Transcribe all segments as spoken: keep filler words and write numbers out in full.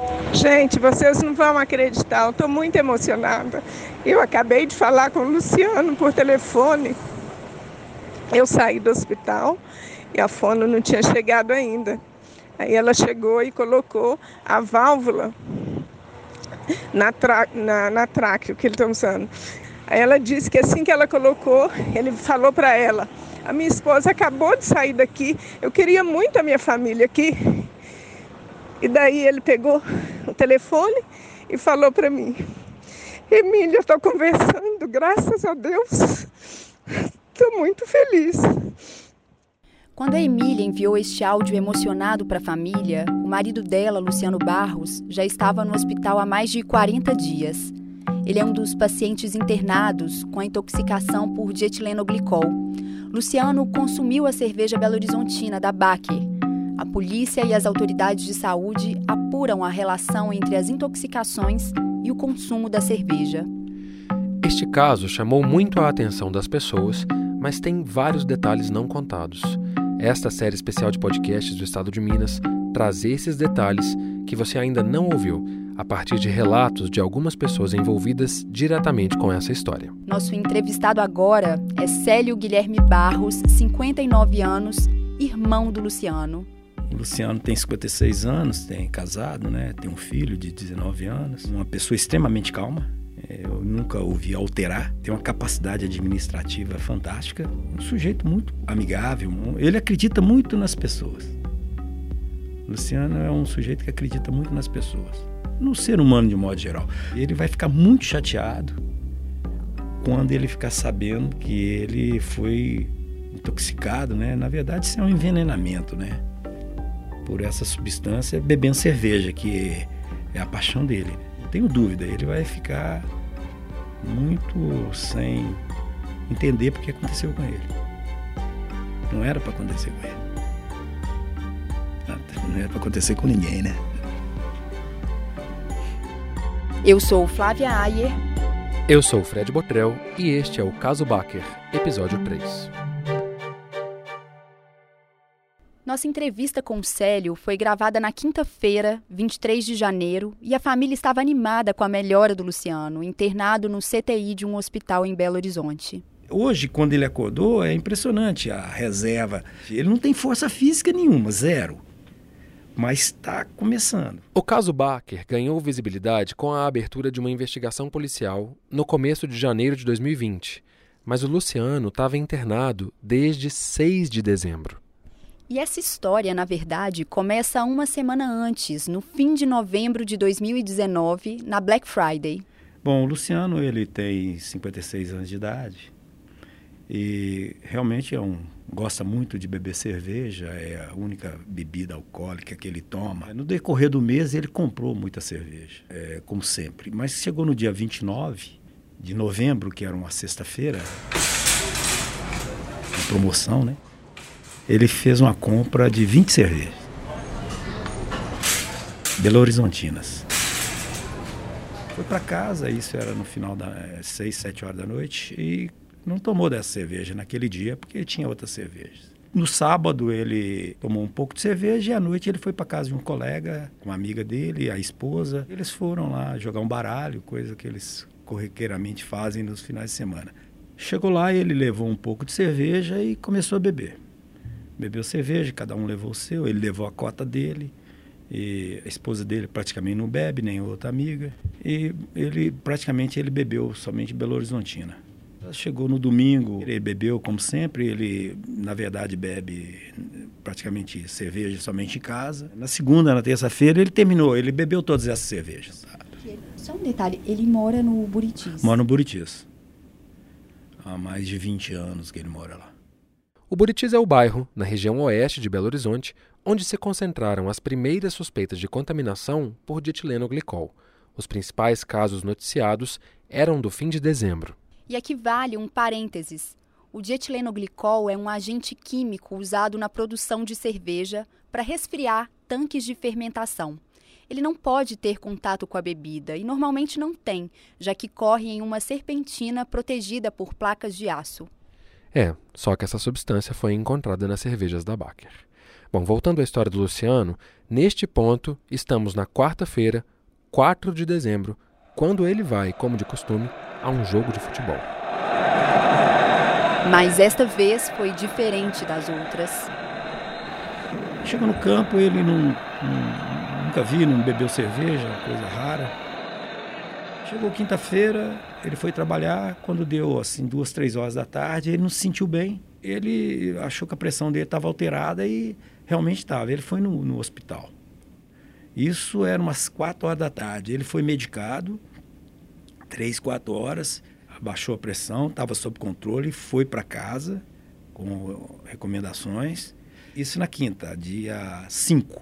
Gente, vocês não vão acreditar, eu estou muito emocionada. Eu acabei de falar com o Luciano por telefone. Eu saí do hospital e a fono não tinha chegado ainda. Aí ela chegou e colocou a válvula na, tra... na, na tráqueo que ele está usando. Aí ela disse que assim que ela colocou, ele falou para ela: a minha esposa acabou de sair daqui, eu queria muito a minha família aqui. E daí ele pegou o telefone e falou para mim: Emília, eu estou conversando, graças a Deus, estou muito feliz. Quando a Emília enviou este áudio emocionado para a família, o marido dela, Luciano Barros, já estava no hospital há mais de quarenta dias. Ele é um dos pacientes internados com a intoxicação por dietilenglicol. Luciano consumiu a cerveja belo-horizontina da Baker. A polícia e as autoridades de saúde apuram a relação entre as intoxicações e o consumo da cerveja. Este caso chamou muito a atenção das pessoas, mas tem vários detalhes não contados. Esta série especial de podcasts do Estado de Minas traz esses detalhes que você ainda não ouviu, a partir de relatos de algumas pessoas envolvidas diretamente com essa história. Nosso entrevistado agora é Célio Guilherme Barros, cinquenta e nove anos, irmão do Luciano. O Luciano tem cinquenta e seis anos, tem casado, né? Tem um filho de dezenove anos, uma pessoa extremamente calma. Eu nunca ouvi alterar, tem uma capacidade administrativa fantástica, um sujeito muito amigável, ele acredita muito nas pessoas. O Luciano é um sujeito que acredita muito nas pessoas, no ser humano de modo geral. Ele vai ficar muito chateado quando ele ficar sabendo que ele foi intoxicado, né? Na verdade, isso é um envenenamento, né? Por essa substância, bebendo cerveja, que é a paixão dele. Não tenho dúvida, ele vai ficar muito sem entender porque aconteceu com ele. Não era para acontecer com ele. Não era para acontecer com ninguém, né? Eu sou Flávia Ayer. Eu sou o Fred Botrel e este é o Caso Baker, episódio três. Nossa entrevista com o Célio foi gravada na quinta-feira, vinte e três de janeiro, e a família estava animada com a melhora do Luciano, internado no C T I de um hospital em Belo Horizonte. Hoje, quando ele acordou, é impressionante a reserva. Ele não tem força física nenhuma, zero. Mas está começando. O caso Baker ganhou visibilidade com a abertura de uma investigação policial no começo de janeiro de dois mil e vinte, mas o Luciano estava internado desde seis de dezembro. E essa história, na verdade, começa uma semana antes, no fim de novembro de dois mil e dezenove, na Black Friday. Bom, o Luciano ele tem cinquenta e seis anos de idade e realmente é um, gosta muito de beber cerveja, é a única bebida alcoólica que ele toma. No decorrer do mês ele comprou muita cerveja, é, como sempre. Mas chegou no dia vinte e nove de novembro, que era uma sexta-feira, uma promoção, né? Ele fez uma compra de vinte cervejas belo-horizontinas. Foi para casa, isso era no final das seis, sete horas da noite, e não tomou dessa cerveja naquele dia, porque ele tinha outras cervejas. No sábado ele tomou um pouco de cerveja e à noite ele foi para casa de um colega, uma amiga dele, a esposa. Eles foram lá jogar um baralho, coisa que eles corriqueiramente fazem nos finais de semana. Chegou lá, ele levou um pouco de cerveja e começou a beber. Bebeu cerveja, cada um levou o seu, ele levou a cota dele, e a esposa dele praticamente não bebe, nem outra amiga, e ele praticamente ele bebeu somente belo-horizontina. Chegou no domingo, ele bebeu como sempre, ele na verdade bebe praticamente cerveja somente em casa. Na segunda, na terça-feira, ele terminou, ele bebeu todas essas cervejas. Só um detalhe, ele mora no Buritis. Mora no Buritis. Há mais de vinte anos que ele mora lá. O Buritis é o bairro, na região oeste de Belo Horizonte, onde se concentraram as primeiras suspeitas de contaminação por dietilenglicol. Os principais casos noticiados eram do fim de dezembro. E aqui vale um parênteses. O dietilenglicol é um agente químico usado na produção de cerveja para resfriar tanques de fermentação. Ele não pode ter contato com a bebida e normalmente não tem, já que corre em uma serpentina protegida por placas de aço. É, só que essa substância foi encontrada nas cervejas da Baker. Bom, voltando à história do Luciano, neste ponto estamos na quarta-feira, quatro de dezembro, quando ele vai, como de costume, a um jogo de futebol. Mas esta vez foi diferente das outras. Chegou no campo, ele não, não, nunca vi, não bebeu cerveja, coisa rara. Chegou quinta-feira, ele foi trabalhar, quando deu assim duas, três horas da tarde, ele não se sentiu bem. Ele achou que a pressão dele estava alterada e realmente estava. Ele foi no, no hospital. Isso era umas quatro horas da tarde. Ele foi medicado, três, quatro horas, abaixou a pressão, estava sob controle, foi para casa com recomendações. Isso na quinta, dia cinco.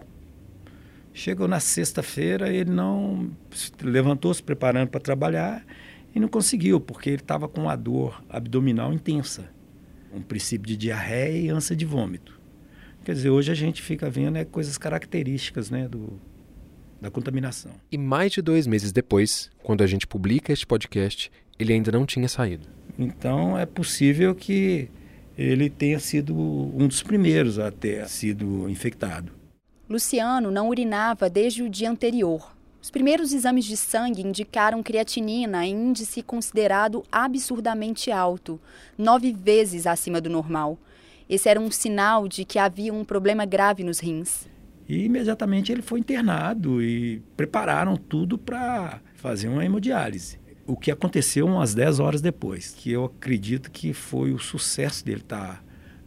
Chegou na sexta-feira, ele não levantou se preparando para trabalhar e não conseguiu, porque ele estava com uma dor abdominal intensa. Um princípio de diarreia e ânsia de vômito. Quer dizer, hoje a gente fica vendo é, coisas características, né, do, da contaminação. E mais de dois meses depois, quando a gente publica este podcast, ele ainda não tinha saído. Então é possível que ele tenha sido um dos primeiros a ter sido infectado. Luciano não urinava desde o dia anterior. Os primeiros exames de sangue indicaram creatinina em índice considerado absurdamente alto, nove vezes acima do normal. Esse era um sinal de que havia um problema grave nos rins. E imediatamente ele foi internado e prepararam tudo para fazer uma hemodiálise. O que aconteceu umas dez horas depois, que eu acredito que foi o sucesso dele estar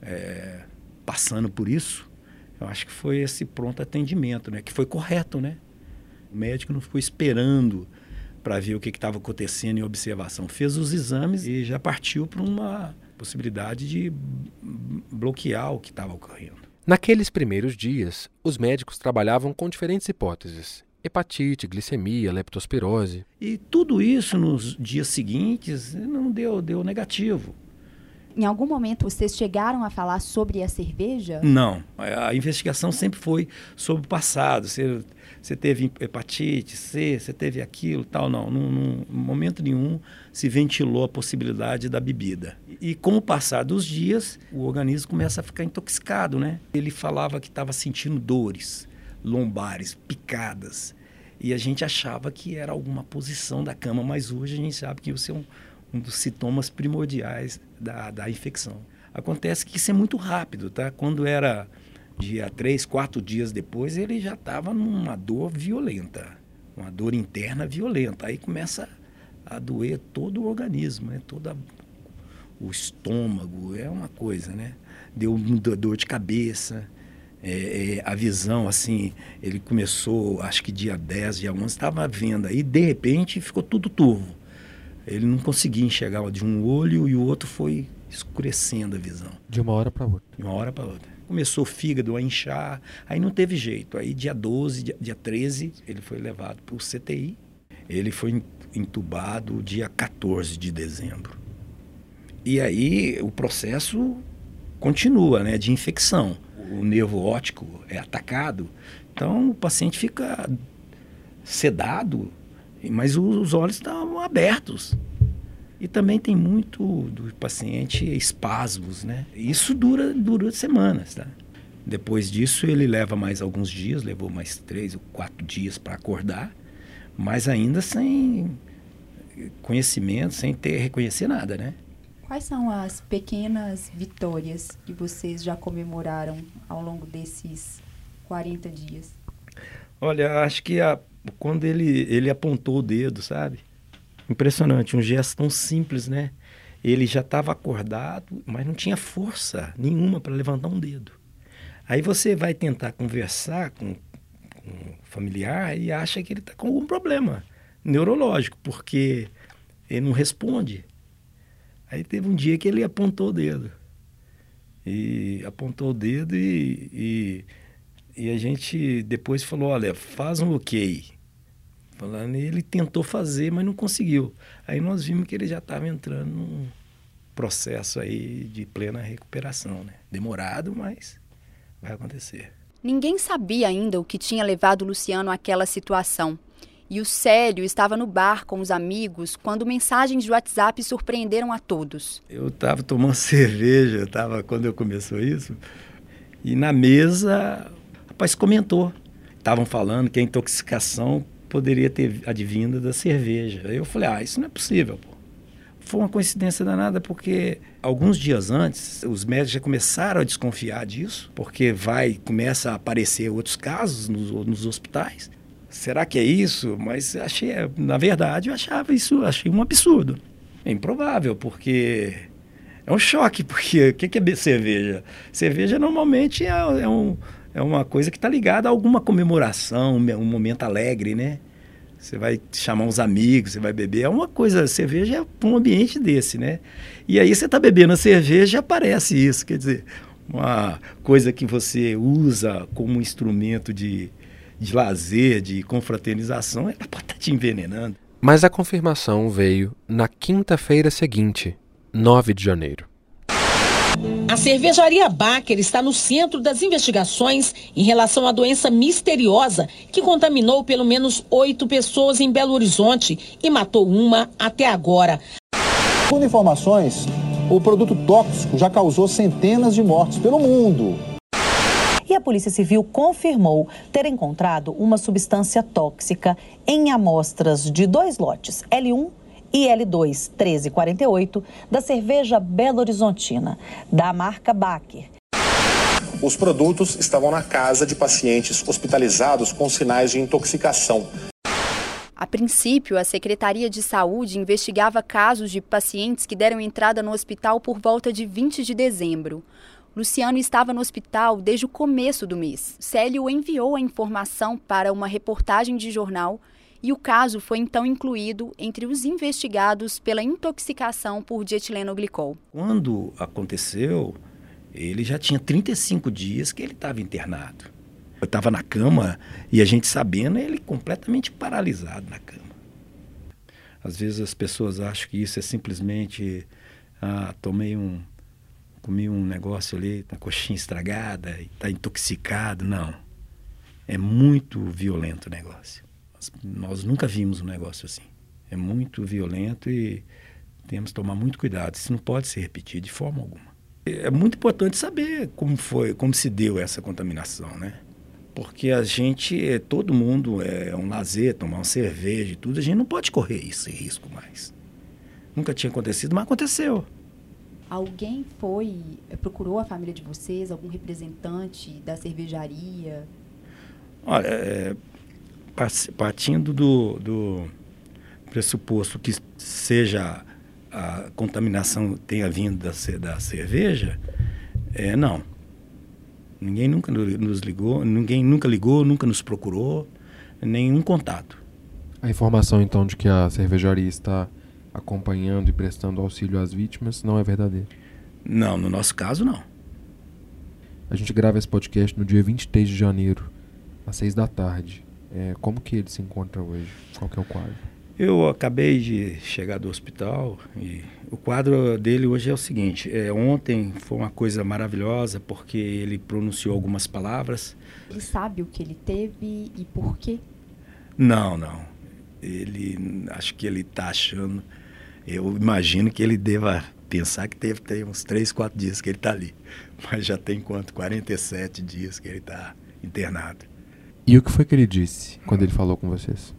é, passando por isso. Eu acho que foi esse pronto atendimento, né? Que foi correto, né? O médico não ficou esperando para ver o que estava acontecendo em observação. Fez os exames e já partiu para uma possibilidade de bloquear o que estava ocorrendo. Naqueles primeiros dias, os médicos trabalhavam com diferentes hipóteses. Hepatite, glicemia, leptospirose. E tudo isso nos dias seguintes não deu, deu negativo. Em algum momento vocês chegaram a falar sobre a cerveja? Não. A investigação sempre foi sobre o passado. Você, você teve hepatite C, você teve aquilo, tal. Não. Num, num momento nenhum se ventilou a possibilidade da bebida. E com o passar dos dias, o organismo começa a ficar intoxicado, né? Ele falava que estava sentindo dores lombares, picadas. E a gente achava que era alguma posição da cama, mas hoje a gente sabe que isso é um, um dos sintomas primordiais da, da infecção. Acontece que isso é muito rápido, tá? Quando era dia três, quatro dias depois, ele já estava numa dor violenta, uma dor interna violenta. Aí começa a doer todo o organismo, né? Todo o estômago, é uma coisa, né? Deu dor de cabeça. É, é, a visão, assim, ele começou, acho que dia dez, dia onze, estava vendo aí, de repente ficou tudo turvo. Ele não conseguia enxergar de um olho e o outro foi escurecendo a visão. De uma hora para outra. De uma hora para outra. Começou o fígado a inchar, aí não teve jeito. Aí dia doze, dia, dia treze, ele foi levado para o C T I. Ele foi entubado dia quatorze de dezembro. E aí o processo continua, né, de infecção. O nervo óptico é atacado, então o paciente fica sedado, mas os olhos estão abertos. E também tem muito do paciente espasmos, né? Isso dura, dura semanas, tá? Depois disso ele leva mais alguns dias, levou mais três ou quatro dias para acordar, mas ainda sem conhecimento, sem ter reconhecer nada, né? Quais são as pequenas vitórias que vocês já comemoraram ao longo desses quarenta dias? Olha, acho que a, quando ele, ele apontou o dedo, sabe? Impressionante, um gesto tão simples, né? Ele já estava acordado, mas não tinha força nenhuma para levantar um dedo. Aí você vai tentar conversar com, com um familiar e acha que ele está com algum problema neurológico, porque ele não responde. Aí teve um dia que ele apontou o dedo. E apontou o dedo e, e, e a gente depois falou, olha, faz um ok. Falando, e ele tentou fazer, mas não conseguiu. Aí nós vimos que ele já estava entrando num processo aí de plena recuperação, né? Demorado, mas vai acontecer. Ninguém sabia ainda o que tinha levado o Luciano àquela situação. E o Célio estava no bar com os amigos quando mensagens de WhatsApp surpreenderam a todos. Eu estava tomando cerveja, tava, quando eu começou isso, E na mesa, o rapaz comentou. Estavam falando que a intoxicação poderia ter advindo da cerveja. Aí eu falei, ah, isso não é possível, pô. Foi uma coincidência danada, porque alguns dias antes, os médicos já começaram a desconfiar disso, porque vai, começa a aparecer outros casos nos, nos hospitais. Será que é isso? Mas achei, na verdade, eu achava isso, achei um absurdo. É improvável, porque é um choque, porque o que, que é cerveja? Cerveja normalmente é, é, um, é uma coisa que está ligada a alguma comemoração, um momento alegre, né? Você vai chamar uns amigos, você vai beber. É uma coisa, cerveja é para um ambiente desse, né? E aí você está bebendo a cerveja e aparece isso. Quer dizer, uma coisa que você usa como instrumento de, de lazer, de confraternização, ela pode estar te envenenando. Mas a confirmação veio na quinta-feira seguinte, nove de janeiro. A cervejaria Baker está no centro das investigações em relação à doença misteriosa que contaminou pelo menos oito pessoas em Belo Horizonte e matou uma até agora. Segundo informações, o produto tóxico já causou centenas de mortes pelo mundo. E a Polícia Civil confirmou ter encontrado uma substância tóxica em amostras de dois lotes, L um e L dois treze quarenta e oito, da cerveja Belo Horizontina, da marca Baker. Os produtos estavam na casa de pacientes hospitalizados com sinais de intoxicação. A princípio, a Secretaria de Saúde investigava casos de pacientes que deram entrada no hospital por volta de vinte de dezembro. Luciano estava no hospital desde o começo do mês. Célio enviou a informação para uma reportagem de jornal e o caso foi então incluído entre os investigados pela intoxicação por dietilenoglicol. Quando aconteceu, ele já tinha trinta e cinco dias que ele estava internado. Eu estava na cama e a gente sabendo, ele completamente paralisado na cama. Às vezes as pessoas acham que isso é simplesmente, ah, tomei um, comi um negócio ali, uma coxinha estragada e está intoxicado. Não, é muito violento o negócio. Nós nunca vimos um negócio assim. É muito violento e temos que tomar muito cuidado. Isso não pode se repetir de forma alguma. É muito importante saber como foi, como se deu essa contaminação, né? Porque a gente, todo mundo é um lazer, tomar uma cerveja e tudo, a gente não pode correr esse risco mais. Nunca tinha acontecido, mas aconteceu. Alguém foi, procurou a família de vocês, algum representante da cervejaria? Olha, é, partindo do, do pressuposto que seja a contaminação tenha vindo da, da cerveja, é, não. Ninguém nunca nos ligou, ninguém nunca ligou, nunca nos procurou, nenhum contato. A informação, então, de que a cervejaria está acompanhando e prestando auxílio às vítimas não é verdadeira? Não, no nosso caso, não. A gente grava esse podcast no dia vinte e três de janeiro, às seis da tarde. É, como que ele se encontra hoje? Qual que é o quadro? Eu acabei de chegar do hospital e o quadro dele hoje é o seguinte. É, ontem foi uma coisa maravilhosa porque ele pronunciou algumas palavras. Ele sabe o que ele teve e por quê? Não, não. Ele, acho que ele está achando... Eu imagino que ele deva pensar que teve, tem uns três, quatro dias que ele está ali. Mas já tem quanto? quarenta e sete dias que ele está internado. E o que foi que ele disse quando ele falou com vocês?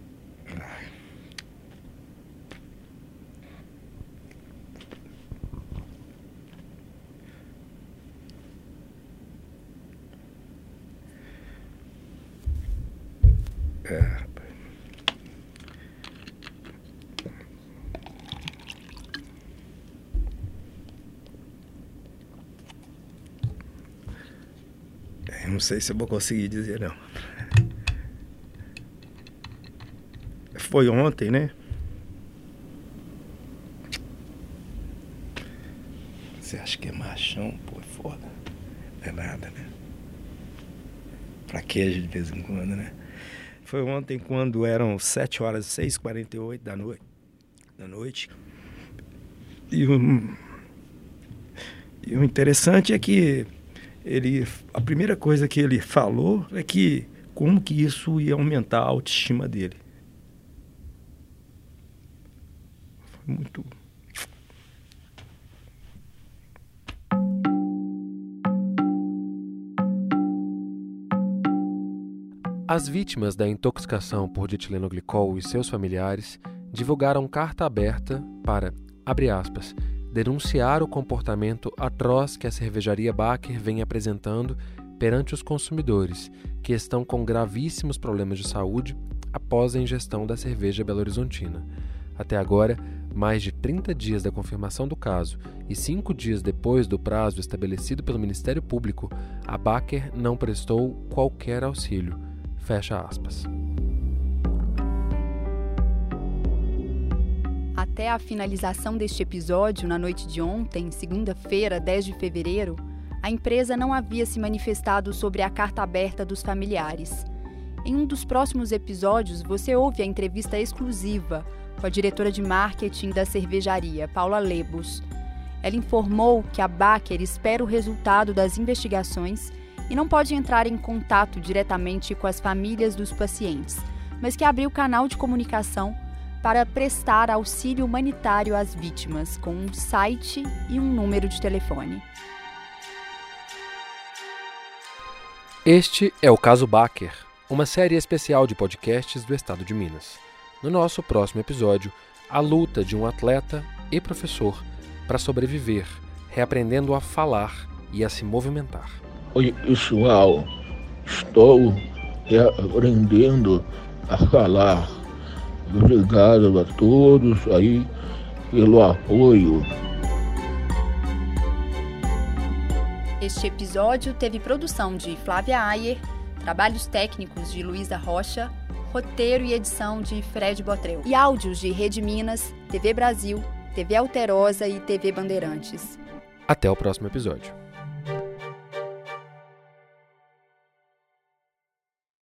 É, eu não sei se eu vou conseguir dizer, não. Foi ontem, né? Você acha que é machão? Pô, é foda. Não é nada, né? Fraqueja de vez em quando, né? Foi ontem quando eram sete horas, seis e quarenta e oito da noite. Da noite. E o, e o interessante é que ele, a primeira coisa que ele falou é que como que isso ia aumentar a autoestima dele. Foi muito... As vítimas da intoxicação por ditilenoglicol e seus familiares divulgaram carta aberta para, abre aspas, denunciar o comportamento atroz que a cervejaria Baker vem apresentando perante os consumidores, que estão com gravíssimos problemas de saúde após a ingestão da cerveja belo-horizontina. Até agora, mais de trinta dias da confirmação do caso e cinco dias depois do prazo estabelecido pelo Ministério Público, a Baker não prestou qualquer auxílio. Fecha aspas. Até a finalização deste episódio, na noite de ontem, segunda-feira, dez de fevereiro, a empresa não havia se manifestado sobre a carta aberta dos familiares. Em um dos próximos episódios, você ouve a entrevista exclusiva com a diretora de marketing da cervejaria, Paula Lebos. Ela informou que a Baker espera o resultado das investigações e não pode entrar em contato diretamente com as famílias dos pacientes, mas que abriu canal de comunicação para prestar auxílio humanitário às vítimas, com um site e um número de telefone. Este é o Caso Baker, uma série especial de podcasts do Estado de Minas. No nosso próximo episódio, a luta de um atleta e professor para sobreviver, reaprendendo a falar e a se movimentar. Oi, pessoal, estou aprendendo a falar. Obrigado a todos aí pelo apoio. Este episódio teve produção de Flávia Ayer, trabalhos técnicos de Luísa Rocha, roteiro e edição de Fred Botrel e áudios de Rede Minas, T V Brasil, T V Alterosa e T V Bandeirantes. Até o próximo episódio.